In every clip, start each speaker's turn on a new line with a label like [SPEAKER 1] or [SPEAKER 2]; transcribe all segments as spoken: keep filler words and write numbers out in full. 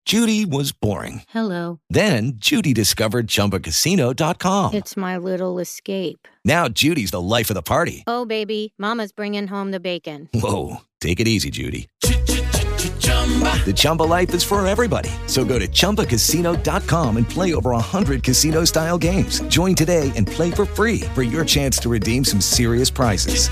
[SPEAKER 1] Judy was boring.
[SPEAKER 2] Hello.
[SPEAKER 1] Then Judy discovered Chumba Casino dot com.
[SPEAKER 2] It's my little escape.
[SPEAKER 1] Now Judy's the life of the party.
[SPEAKER 2] Oh, baby, mama's bringing home the bacon.
[SPEAKER 1] Whoa, take it easy, Judy. The Chumba life is for everybody. So go to Chumba Casino dot com and play over one hundred casino-style games. Join today and play for free for your chance to redeem some serious prizes.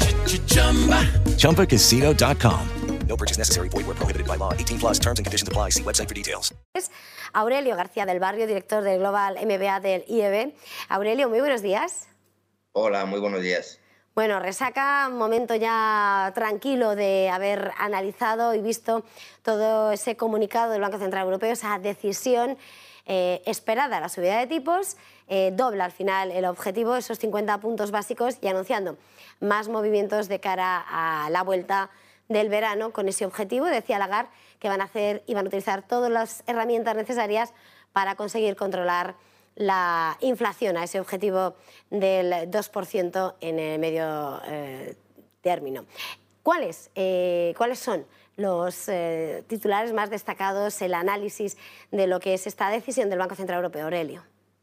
[SPEAKER 1] Chumba Casino dot com. No purchase necessary. Void where prohibited by law. eighteen plus terms and conditions apply. See website for details.
[SPEAKER 3] Aurelio García del Barrio, director del Global M B A del I E B. Aurelio, muy buenos días.
[SPEAKER 4] Hola, muy buenos días.
[SPEAKER 3] Bueno, resaca, un momento ya tranquilo de haber analizado y visto todo ese comunicado del Banco Central Europeo, esa decisión eh, esperada, la subida de tipos, eh, dobla al final el objetivo, esos cincuenta puntos básicos, y anunciando más movimientos de cara a la vuelta del verano con ese objetivo. Decía Lagarde que van a hacer y van a utilizar todas las herramientas necesarias para conseguir controlar la inflación a ese objetivo del dos por ciento en el medio eh, término. ¿Cuáles, eh, ¿Cuáles son los eh, titulares más destacados, el análisis de lo que es esta decisión del Banco Central Europeo, Aurelio?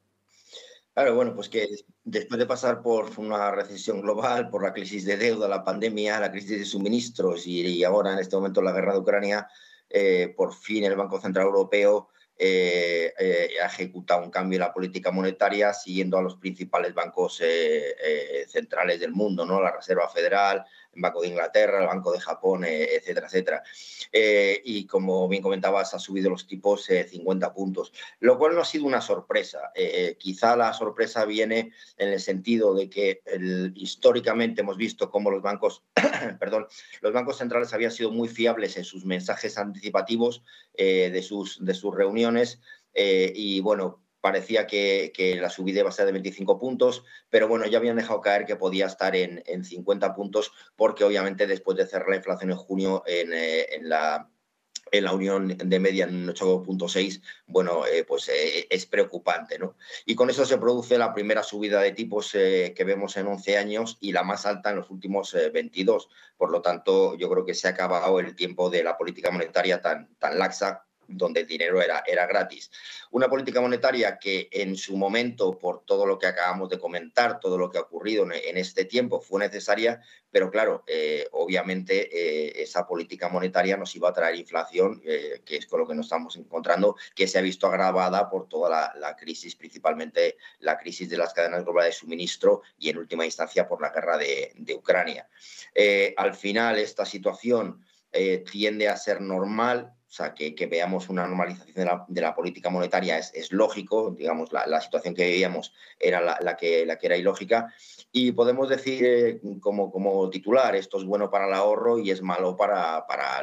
[SPEAKER 4] Claro, bueno, pues que después de pasar por una recesión global, por la crisis de deuda, la pandemia, la crisis de suministros y, y ahora en este momento la guerra de Ucrania, eh, por fin el Banco Central Europeo eh, eh, ha ejecutado un cambio en la política monetaria siguiendo a los principales bancos eh, eh, centrales del mundo, ¿no? La Reserva Federal, el Banco de Inglaterra, el Banco de Japón, eh, etcétera, etcétera. Eh, y como bien comentabas, ha subido los tipos eh, cincuenta puntos, lo cual no ha sido una sorpresa. Eh, quizá la sorpresa viene en el sentido de que el, históricamente hemos visto cómo los bancos, perdón, los bancos centrales habían sido muy fiables en sus mensajes anticipativos eh, de, sus, de sus reuniones eh, y bueno, parecía que, que la subida iba a ser de veinticinco puntos, pero bueno, ya habían dejado caer que podía estar en, en cincuenta puntos, porque obviamente después de cerrar la inflación en junio en, eh, en, la, en la Unión de Media en ocho punto seis, bueno, eh, pues eh, es preocupante, ¿no? Y con eso se produce la primera subida de tipos eh, que vemos en once años y la más alta en los últimos eh, veintidós. Por lo tanto, yo creo que se ha acabado el tiempo de la política monetaria tan, tan laxa, donde el dinero era, era gratis. Una política monetaria que en su momento, por todo lo que acabamos de comentar, todo lo que ha ocurrido en, en este tiempo, fue necesaria, pero claro, eh, obviamente eh, esa política monetaria nos iba a traer inflación, eh, que es con lo que nos estamos encontrando, que se ha visto agravada por toda la, la crisis, principalmente la crisis de las cadenas globales de suministro y en última instancia por la guerra de, de Ucrania. Eh, al final esta situación eh, tiende a ser normal. O sea, que, que veamos una normalización de la, de la política monetaria es, es lógico. Digamos, la, la situación que vivíamos era la, la, que, la que era ilógica. Y podemos decir eh, como, como titular, esto es bueno para el ahorro y es malo para, para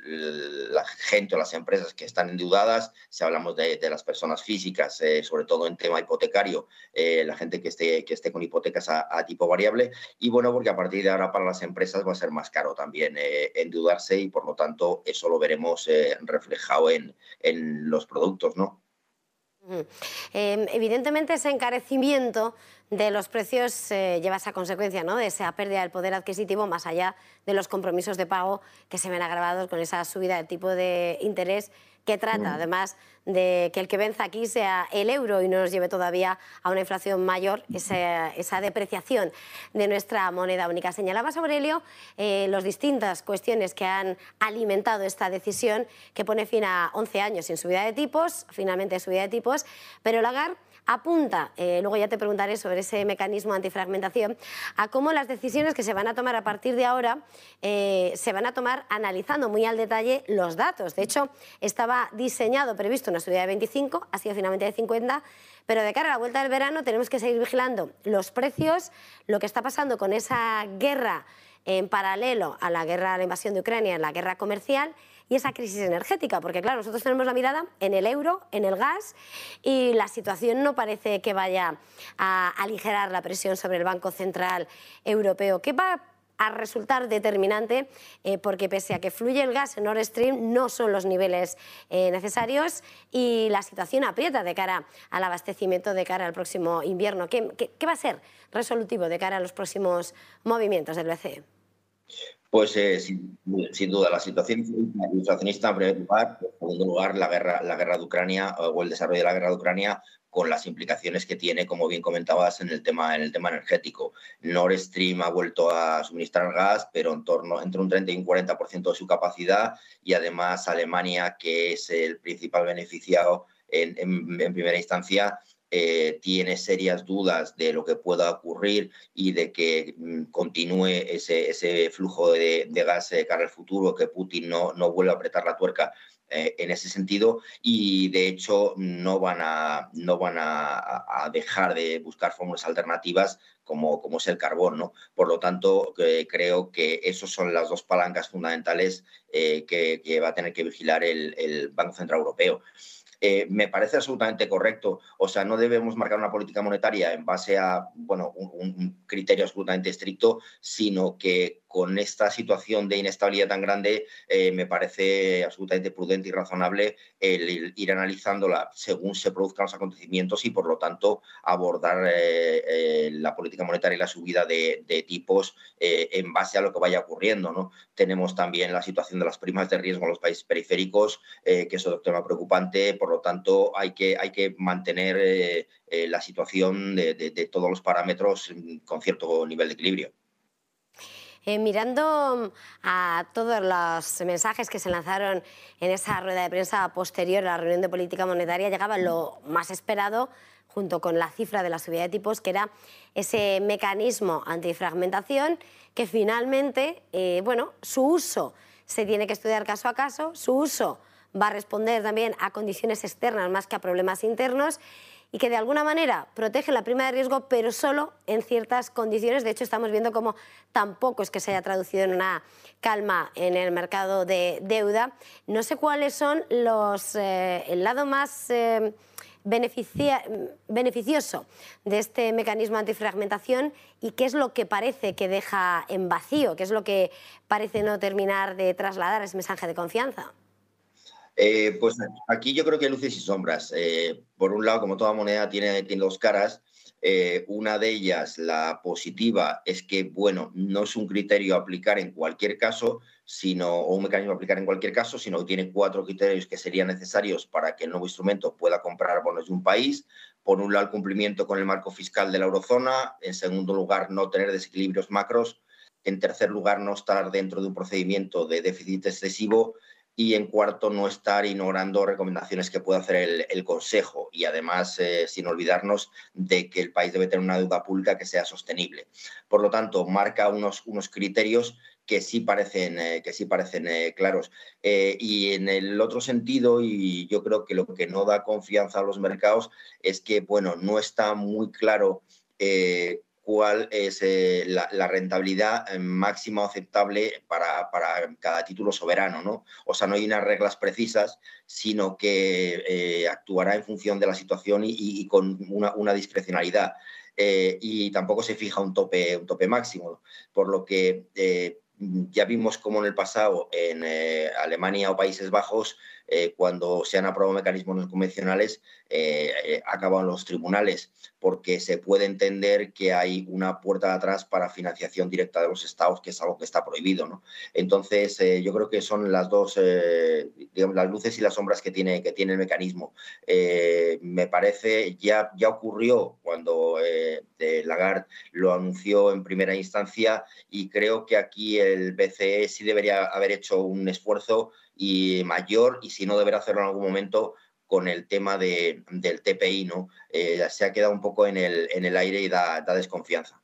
[SPEAKER 4] la gente o las empresas que están endeudadas. Si hablamos de, de las personas físicas, eh, sobre todo en tema hipotecario, eh, la gente que esté, que esté con hipotecas a, a tipo variable. Y bueno, porque a partir de ahora para las empresas va a ser más caro también eh, endeudarse y por lo tanto eso lo veremos eh, reflejado en, en los productos, ¿no?
[SPEAKER 3] Uh-huh. eh, evidentemente ese encarecimiento de los precios eh, lleva esa consecuencia, ¿no?, de esa pérdida del poder adquisitivo, más allá de los compromisos de pago que se ven agravados con esa subida de tipo de interés que trata, además, de que el que venza aquí sea el euro y no nos lleve todavía a una inflación mayor, esa, esa depreciación de nuestra moneda única. Señalabas, Aurelio, eh, las distintas cuestiones que han alimentado esta decisión que pone fin a once años sin subida de tipos, finalmente subida de tipos, pero Lagarde apunta, eh, luego ya te preguntaré sobre ese mecanismo de antifragmentación, a cómo las decisiones que se van a tomar a partir de ahora eh, se van a tomar analizando muy al detalle los datos. De hecho, estaba diseñado, previsto una subida de veinticinco, ha sido finalmente de cincuenta, pero de cara a la vuelta del verano tenemos que seguir vigilando los precios, lo que está pasando con esa guerra en paralelo a la guerra, a la invasión de Ucrania, en la guerra comercial, y esa crisis energética, porque claro, nosotros tenemos la mirada en el euro, en el gas, y la situación no parece que vaya a aligerar la presión sobre el Banco Central Europeo. ¿Qué va a resultar determinante? Eh, porque pese a que fluye el gas en Nord Stream, no son los niveles eh, necesarios y la situación aprieta de cara al abastecimiento de cara al próximo invierno. ¿Qué, qué, qué va a ser resolutivo de cara a los próximos movimientos del B C E?
[SPEAKER 4] Pues eh, sin, sin duda, la situación inflacionista en primer lugar, en segundo lugar, la guerra, la guerra de Ucrania o el desarrollo de la guerra de Ucrania con las implicaciones que tiene, como bien comentabas, en el tema, en el tema energético. Nord Stream ha vuelto a suministrar gas, pero en torno entre un treinta y un cuarenta por ciento de su capacidad, y además Alemania, que es el principal beneficiado en, en, en primera instancia, Eh, tiene serias dudas de lo que pueda ocurrir y de que mm, continúe ese, ese flujo de, de gas eh, cara al futuro, que Putin no, no vuelva a apretar la tuerca eh, en ese sentido, y de hecho no van a, no van a, a dejar de buscar fórmulas alternativas como, como es el carbón, ¿no? Por lo tanto, eh, creo que esas son las dos palancas fundamentales eh, que, que va a tener que vigilar el, el Banco Central Europeo. Eh, me parece absolutamente correcto. O sea, no debemos marcar una política monetaria en base a, bueno, un, un criterio absolutamente estricto, sino que con esta situación de inestabilidad tan grande eh, me parece absolutamente prudente y razonable el ir analizándola según se produzcan los acontecimientos y, por lo tanto, abordar eh, eh, la política monetaria y la subida de, de tipos eh, en base a lo que vaya ocurriendo, ¿no? Tenemos también la situación de las primas de riesgo en los países periféricos, eh, que es otro tema preocupante. Por lo tanto, hay que, hay que mantener eh, eh, la situación de, de, de todos los parámetros con cierto nivel de equilibrio.
[SPEAKER 3] Eh, mirando a todos los mensajes que se lanzaron en esa rueda de prensa posterior a la reunión de política monetaria, llegaba lo más esperado, junto con la cifra de la subida de tipos, que era ese mecanismo antifragmentación, que finalmente, eh, bueno, su uso se tiene que estudiar caso a caso, su uso va a responder también a condiciones externas más que a problemas internos, y que de alguna manera protege la prima de riesgo, pero solo en ciertas condiciones. De hecho, estamos viendo cómo tampoco es que se haya traducido en una calma en el mercado de deuda. No sé cuáles son los, eh, el lado más eh, beneficia, beneficioso de este mecanismo antifragmentación y qué es lo que parece que deja en vacío, qué es lo que parece no terminar de trasladar ese mensaje de confianza.
[SPEAKER 4] Eh, pues aquí yo creo que hay luces y sombras. Eh, por un lado, como toda moneda tiene, tiene dos caras, eh, una de ellas, la positiva, es que, bueno, no es un criterio a aplicar en cualquier caso, sino, o un mecanismo a aplicar en cualquier caso, sino que tiene cuatro criterios que serían necesarios para que el nuevo instrumento pueda comprar bonos de un país. Por un lado, el cumplimiento con el marco fiscal de la eurozona. En segundo lugar, no tener desequilibrios macros. En tercer lugar, no estar dentro de un procedimiento de déficit excesivo. Y en cuarto, no estar ignorando recomendaciones que puede hacer el, el Consejo, y además eh, sin olvidarnos de que el país debe tener una deuda pública que sea sostenible. Por lo tanto, marca unos, unos criterios que sí parecen, eh, que sí parecen eh, claros. Eh, y en el otro sentido, y yo creo que lo que no da confianza a los mercados es que, bueno, no está muy claro eh, cuál es eh, la, la rentabilidad máxima aceptable para, para cada título soberano, ¿no? O sea, no hay unas reglas precisas, sino que eh, actuará en función de la situación y, y con una, una discrecionalidad. Eh, y tampoco se fija un tope, un tope máximo, por lo que eh, ya vimos cómo en el pasado en eh, Alemania o Países Bajos, eh, cuando se han aprobado mecanismos no convencionales, eh, eh, acaban los tribunales, porque se puede entender que hay una puerta de atrás para financiación directa de los estados, que es algo que está prohibido, ¿no? Entonces, eh, yo creo que son las dos, eh, digamos, las luces y las sombras que tiene, que tiene el mecanismo. Eh, me parece, ya, ya ocurrió cuando eh, Lagarde lo anunció en primera instancia, y creo que aquí el B C E sí debería haber hecho un esfuerzo y mayor, y si no, deberá hacerlo en algún momento con el tema de, del T P I, ¿no? Eh, se ha quedado un poco en el, en el aire y da, da desconfianza.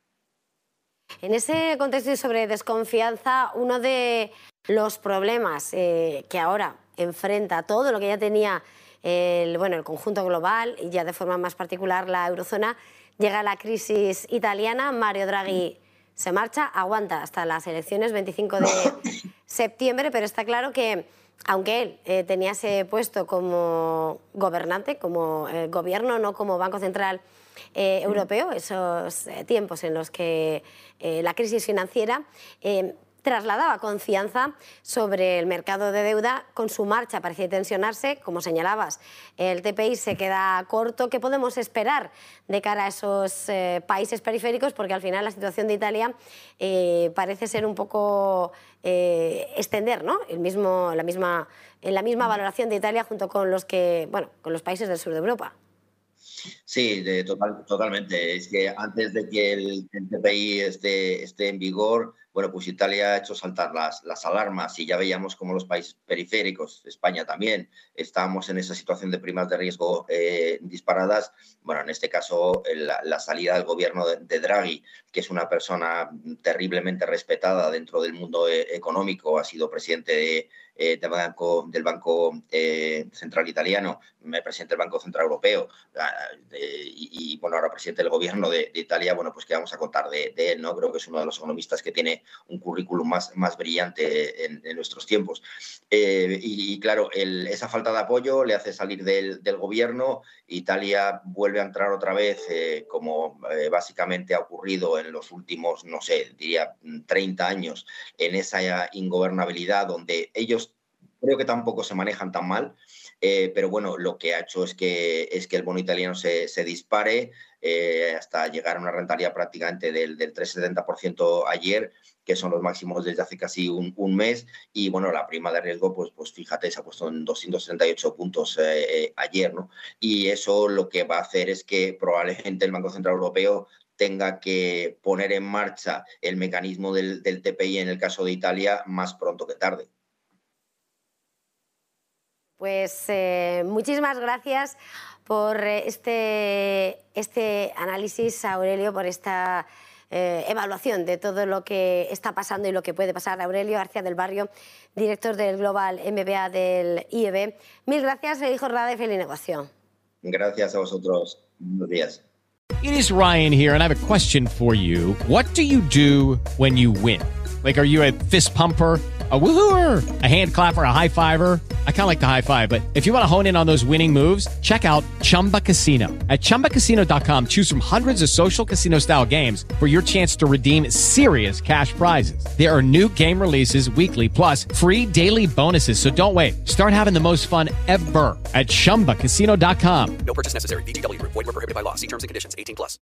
[SPEAKER 3] En ese contexto sobre desconfianza, uno de los problemas eh, que ahora enfrenta todo lo que ya tenía el, bueno, el conjunto global y ya de forma más particular la eurozona, llega la crisis italiana. Mario Draghi se marcha, aguanta hasta las elecciones veinticinco de septiembre, pero está claro que aunque él eh, tenía ese puesto como gobernante, como eh, gobierno, no como Banco Central eh, Europeo, esos eh, tiempos en los que eh, la crisis financiera, eh, trasladaba confianza sobre el mercado de deuda. Con su marcha parecía tensionarse, como señalabas, el T P I se queda corto. ¿Qué podemos esperar de cara a esos eh, países periféricos? Porque al final la situación de Italia eh, parece ser un poco eh, extender, ¿no? El mismo, la misma, en la misma valoración de Italia junto con los, que, bueno, con los países del sur de Europa.
[SPEAKER 4] Sí, de total, totalmente. Es que antes de que el, el T P I esté, esté en vigor, bueno, pues Italia ha hecho saltar las, las alarmas y ya veíamos como los países periféricos, España también, estábamos en esa situación de primas de riesgo eh, disparadas. Bueno, en este caso, la, la salida del gobierno de, de Draghi, que es una persona terriblemente respetada dentro del mundo eh, económico, ha sido presidente de, eh, de banco, del Banco eh, Central Italiano, presidente del Banco Central Europeo eh, y, y, bueno, ahora presidente del gobierno de, de Italia. Bueno, pues qué vamos a contar de, de él, ¿no? Creo que es uno de los economistas que tiene un currículum más, más brillante en, en nuestros tiempos. Eh, y, y claro, el, esa falta de apoyo le hace salir del, del gobierno. Italia vuelve a entrar otra vez, eh, como eh, básicamente ha ocurrido en los últimos, no sé, diría treinta años, en esa ingobernabilidad donde ellos creo que tampoco se manejan tan mal. Eh, pero bueno, lo que ha hecho es que, es que el bono italiano se, se dispare eh, hasta llegar a una rentabilidad prácticamente del, del tres coma setenta por ciento ayer, que son los máximos desde hace casi un, un mes. Y bueno, la prima de riesgo, pues, pues fíjate, se ha puesto en doscientos treinta y ocho puntos eh, ayer, ¿no? Y eso lo que va a hacer es que probablemente el Banco Central Europeo tenga que poner en marcha el mecanismo del, del T P I en el caso de Italia más pronto que tarde.
[SPEAKER 3] Pues eh, muchísimas gracias por este, este análisis, Aurelio, por esta eh, evaluación de todo lo que está pasando y lo que puede pasar. Aurelio García del Barrio, director del Global M B A del I E B. Mil gracias, feliz jornada y feliz negocio.
[SPEAKER 4] Gracias a vosotros. Buenos días.
[SPEAKER 5] It is Ryan here, and I have a question for you. What do you do when you win? Like, are you a fist pumper, a woohooer, a hand clapper, a high fiver? I kind of like the high five, but if you want to hone in on those winning moves, check out Chumba Casino. At chumba casino dot com, choose from hundreds of social casino style games for your chance to redeem serious cash prizes. There are new game releases weekly, plus free daily bonuses. So don't wait. Start having the most fun ever at chumba casino dot com.
[SPEAKER 6] No purchase necessary. V G W Group. Void where prohibited by law. See terms and conditions. eighteen plus.